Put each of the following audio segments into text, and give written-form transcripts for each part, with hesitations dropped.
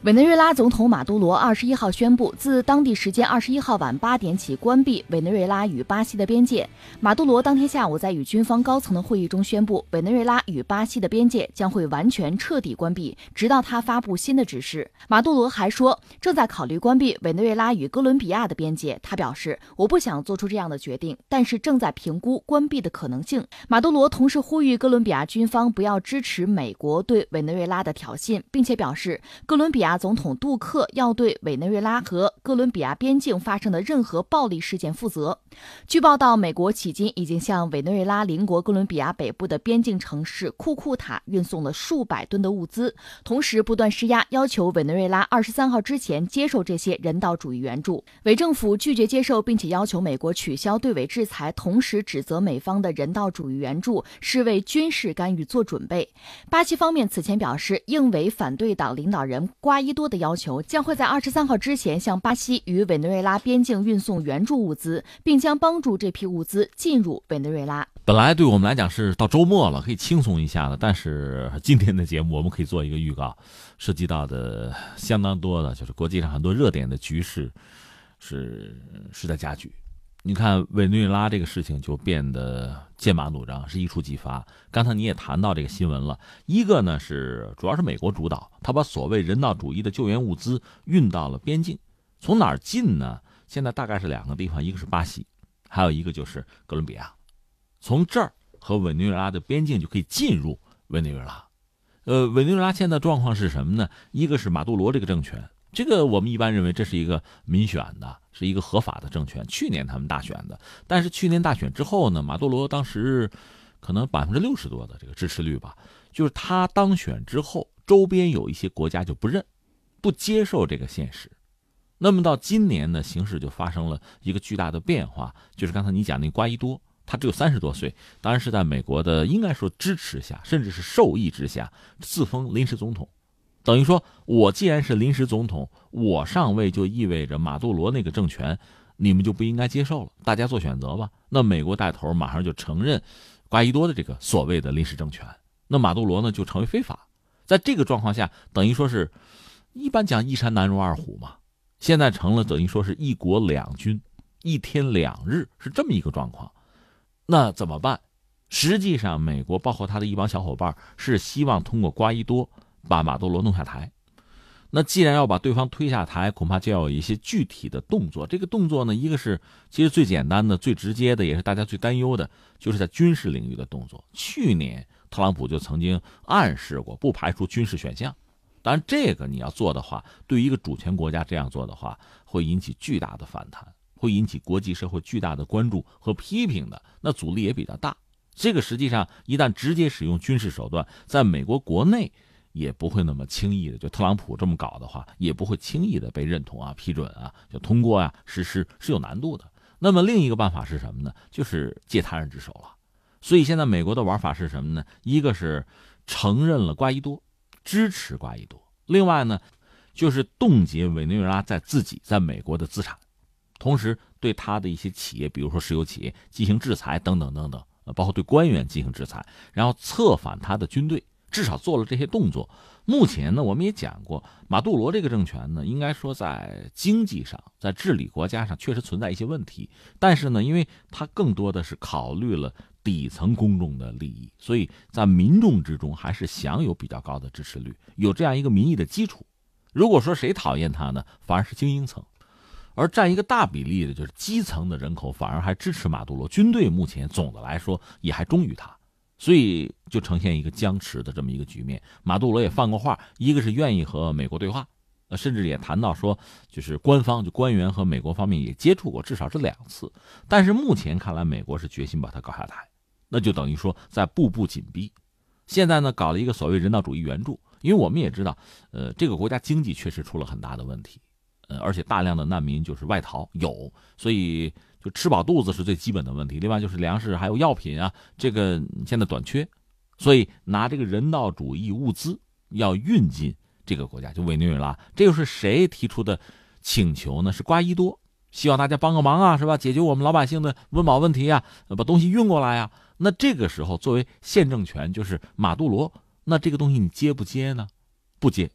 委内瑞拉总统马杜罗21号宣布，自当地时间21号晚8点起关闭委内瑞拉与巴西的边界。马杜罗当天下午在与军方高层的会议中宣布，委内瑞拉与巴西的边界将会完全彻底关闭，直到他发布新的指示。马杜罗还说，正在考虑关闭委内瑞拉与哥伦比亚的边界。他表示，我不想做出这样的决定，但是正在评估关闭的可能性。马杜罗同时呼吁哥伦比亚军方不要支持美国对委内瑞拉的挑衅，并且表示，哥伦比亚总统杜克要对委内瑞拉和哥伦比亚边境发生的任何暴力事件负责。据报道，美国迄今已经向委内瑞拉邻国哥伦比亚北部的边境城市库库塔运送了数百吨的物资，同时不断施压，要求委内瑞拉23号之前接受这些人道主义援助。委政府拒绝接受，并且要求美国取消对委制裁，同时指责美方的人道主义援助是为军事干预做准备。巴西方面此前表示，应委反对党领导人瓜伊多的要求，将会在23号之前向巴西与委内瑞拉边境运送援助物资，并将帮助这批物资进入委内瑞拉。 本来对我们来讲是到周末了，可以轻松一下的，但是今天的节目我们可以做一个预告，涉及到的相当多的就是国际上很多热点的局势是在加剧。你看委内瑞拉这个事情就变得剑拔弩张，是一触即发。刚才你也谈到这个新闻了，一个呢是主要是美国主导，他把所谓人道主义的救援物资运到了边境。从哪儿进呢？现在大概是两个地方，一个是巴西，还有一个就是哥伦比亚。从这儿和委内瑞拉的边境就可以进入委内瑞拉。委内瑞拉现在状况是什么呢？一个是马杜罗这个政权，这个我们一般认为这是一个民选的，是一个合法的政权，去年他们大选的。但是去年大选之后呢，马杜罗当时可能60%多的这个支持率吧，就是他当选之后，周边有一些国家就不接受这个现实。那么到今年呢，形势就发生了一个巨大的变化，就是刚才你讲那瓜伊多，他只有30多岁，当然是在美国的应该说支持下，甚至是授意之下，自封临时总统。等于说，我既然是临时总统，我上位就意味着马杜罗那个政权，你们就不应该接受了，大家做选择吧。那美国带头马上就承认瓜伊多的这个所谓的临时政权，那马杜罗呢就成为非法。在这个状况下，等于说是一般讲一山难容二虎嘛，现在成了等于说是一国两军，一天两日，是这么一个状况。那怎么办？实际上美国包括他的一帮小伙伴是希望通过瓜伊多把马杜罗弄下台。那既然要把对方推下台，恐怕就要有一些具体的动作。这个动作呢，一个是其实最简单的最直接的，也是大家最担忧的，就是在军事领域的动作。去年特朗普就曾经暗示过不排除军事选项，当然这个你要做的话，对于一个主权国家这样做的话，会引起巨大的反弹，会引起国际社会巨大的关注和批评的，那阻力也比较大。这个实际上一旦直接使用军事手段，在美国国内也不会那么轻易的，就特朗普这么搞的话，也不会轻易的被认同啊、批准啊、就通过啊、实施，是有难度的。那么另一个办法是什么呢？就是借他人之手了。所以现在美国的玩法是什么呢？一个是承认了瓜伊多，支持瓜伊多；另外呢，就是冻结委内瑞拉在美国的资产，同时对他的一些企业，比如说石油企业进行制裁等等等等，包括对官员进行制裁，然后策反他的军队，至少做了这些动作。目前呢，我们也讲过，马杜罗这个政权呢，应该说在经济上，在治理国家上确实存在一些问题，但是呢，因为他更多的是考虑了底层公众的利益，所以在民众之中还是享有比较高的支持率，有这样一个民意的基础。如果说谁讨厌他呢，反而是精英层，而占一个大比例的就是基层的人口反而还支持马杜罗，军队目前总的来说也还忠于他，所以就呈现一个僵持的这么一个局面。马杜罗也放过话，一个是愿意和美国对话，甚至也谈到说，就是官员和美国方面也接触过，至少是2次。但是目前看来，美国是决心把他搞下台，那就等于说在步步紧逼。现在呢，搞了一个所谓人道主义援助，因为我们也知道，这个国家经济确实出了很大的问题，而且大量的难民就是外逃有，所以就吃饱肚子是最基本的问题。另外就是粮食还有药品啊，这个现在短缺，所以拿这个人道主义物资要运进这个国家，就委内瑞拉。这又是谁提出的请求呢？是瓜伊多，希望大家帮个忙啊，是吧？解决我们老百姓的温饱问题啊，把东西运过来啊。那这个时候作为现政权就是马杜罗，那这个东西你接不接呢？不接，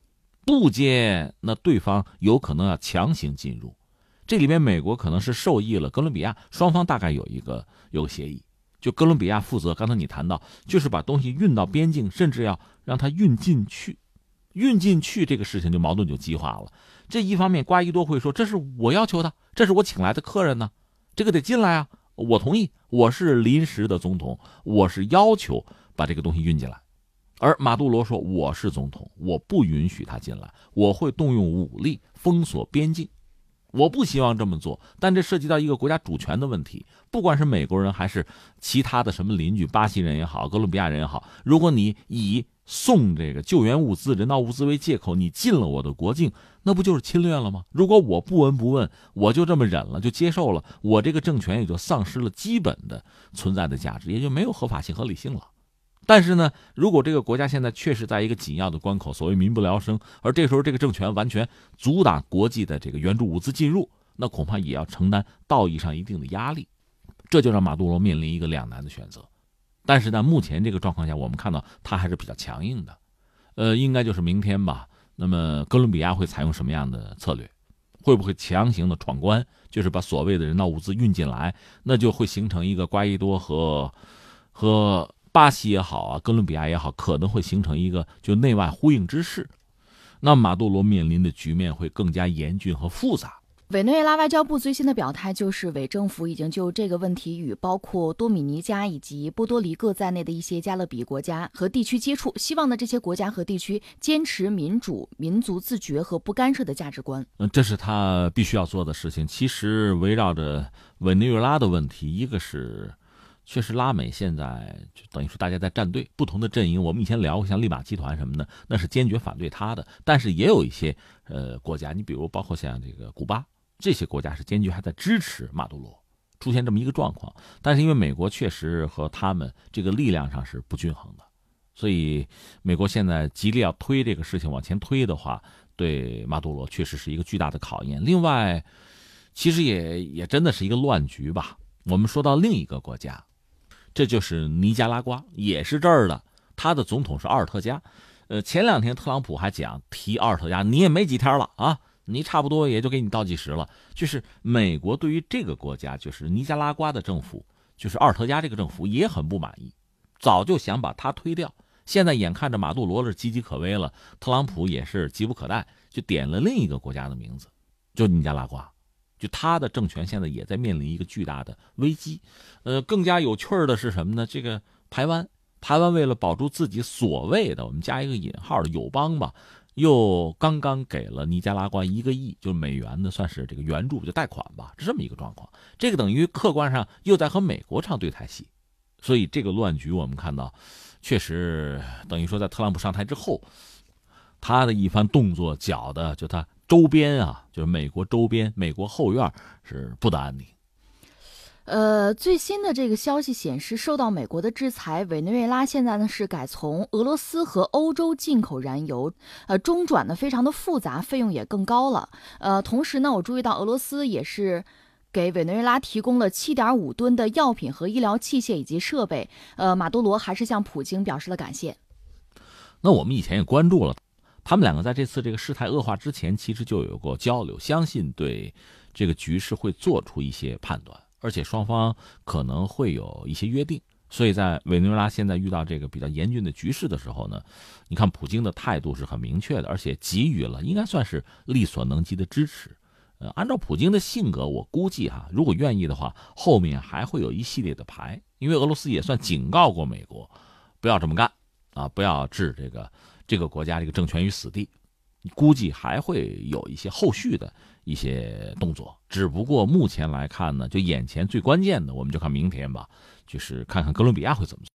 不接，那对方有可能要强行进入。这里面美国可能是受益了哥伦比亚，双方大概有个协议，就哥伦比亚负责，刚才你谈到，就是把东西运到边境，甚至要让它运进去。运进去这个事情就矛盾就激化了。这一方面瓜伊多会说，这是我要求的，这是我请来的客人呢，这个得进来啊，我同意，我是临时的总统，我是要求把这个东西运进来。而马杜罗说，我是总统，我不允许他进来，我会动用武力封锁边境。我不希望这么做，但这涉及到一个国家主权的问题，不管是美国人还是其他的什么邻居，巴西人也好，哥伦比亚人也好，如果你以送这个救援物资、人道物资为借口，你进了我的国境，那不就是侵略了吗？如果我不闻不问，我就这么忍了，就接受了，我这个政权也就丧失了基本的存在的价值，也就没有合法性、合理性了。但是呢，如果这个国家现在确实在一个紧要的关口，所谓民不聊生，而这时候这个政权完全阻挡国际的这个援助物资进入，那恐怕也要承担道义上一定的压力，这就让马杜罗面临一个两难的选择。但是呢，目前这个状况下，我们看到他还是比较强硬的，应该就是明天吧。那么哥伦比亚会采用什么样的策略？会不会强行的闯关，就是把所谓的人道物资运进来？那就会形成一个瓜伊多和巴西也好啊，哥伦比亚也好，可能会形成一个就内外呼应之势。那马杜罗面临的局面会更加严峻和复杂。 委内瑞拉外交部最新的表态就是，委政府已经就这个问题与包括多米尼加以及波多黎各在内的一些加勒比国家和地区接触，希望呢这些国家和地区坚持民主、民族自决和不干涉的价值观。 这是他必须要做的事情。其实围绕着委内瑞拉的问题，一个是确实拉美现在就等于说大家在站队，不同的阵营。我们以前聊过像利马集团什么的，那是坚决反对他的。但是也有一些国家，你比如包括像这个古巴，这些国家是坚决还在支持马杜罗，出现这么一个状况。但是因为美国确实和他们这个力量上是不均衡的，所以美国现在极力要推这个事情往前推的话，对马杜罗确实是一个巨大的考验。另外，其实也真的是一个乱局吧。我们说到另一个国家，这就是尼加拉瓜，也是这儿的，他的总统是阿尔特加。前两天特朗普还讲提阿尔特加，你也没几天了啊，你差不多也就给你倒计时了。就是美国对于这个国家，就是尼加拉瓜的政府，就是阿尔特加这个政府也很不满意，早就想把他推掉。现在眼看着马杜罗是岌岌可危了，特朗普也是急不可待，就点了另一个国家的名字，就尼加拉瓜。就他的政权现在也在面临一个巨大的危机。更加有趣的是什么呢？这个台湾为了保住自己所谓的，我们加一个引号的友邦吧，又刚刚给了尼加拉瓜1个亿，就是美元的，算是这个援助，就贷款吧，这么一个状况。这个等于客观上又在和美国唱对台戏，所以这个乱局我们看到，确实等于说在特朗普上台之后，他的一番动作搅的就他周边啊，就是美国周边、美国后院是不得安宁。 最新的这个消息显示，受到美国的制裁，委内瑞拉现在呢是改从俄罗斯和欧洲进口燃油，中转呢非常的复杂，费用也更高了。同时呢，我注意到俄罗斯也是给委内瑞拉提供了7.5吨的药品和医疗器械以及设备。马杜罗还是向普京表示了感谢。 那我们以前也关注了，他们两个在这次这个事态恶化之前，其实就有过交流，相信对这个局势会做出一些判断，而且双方可能会有一些约定。所以在委内瑞拉现在遇到这个比较严峻的局势的时候呢，你看普京的态度是很明确的，而且给予了应该算是力所能及的支持。按照普京的性格，我估计如果愿意的话，后面还会有一系列的牌，因为俄罗斯也算警告过美国，不要这么干啊，不要置这个国家这个政权于死地。估计还会有一些后续的一些动作，只不过目前来看呢，就眼前最关键的，我们就看明天吧，就是看看哥伦比亚会怎么做。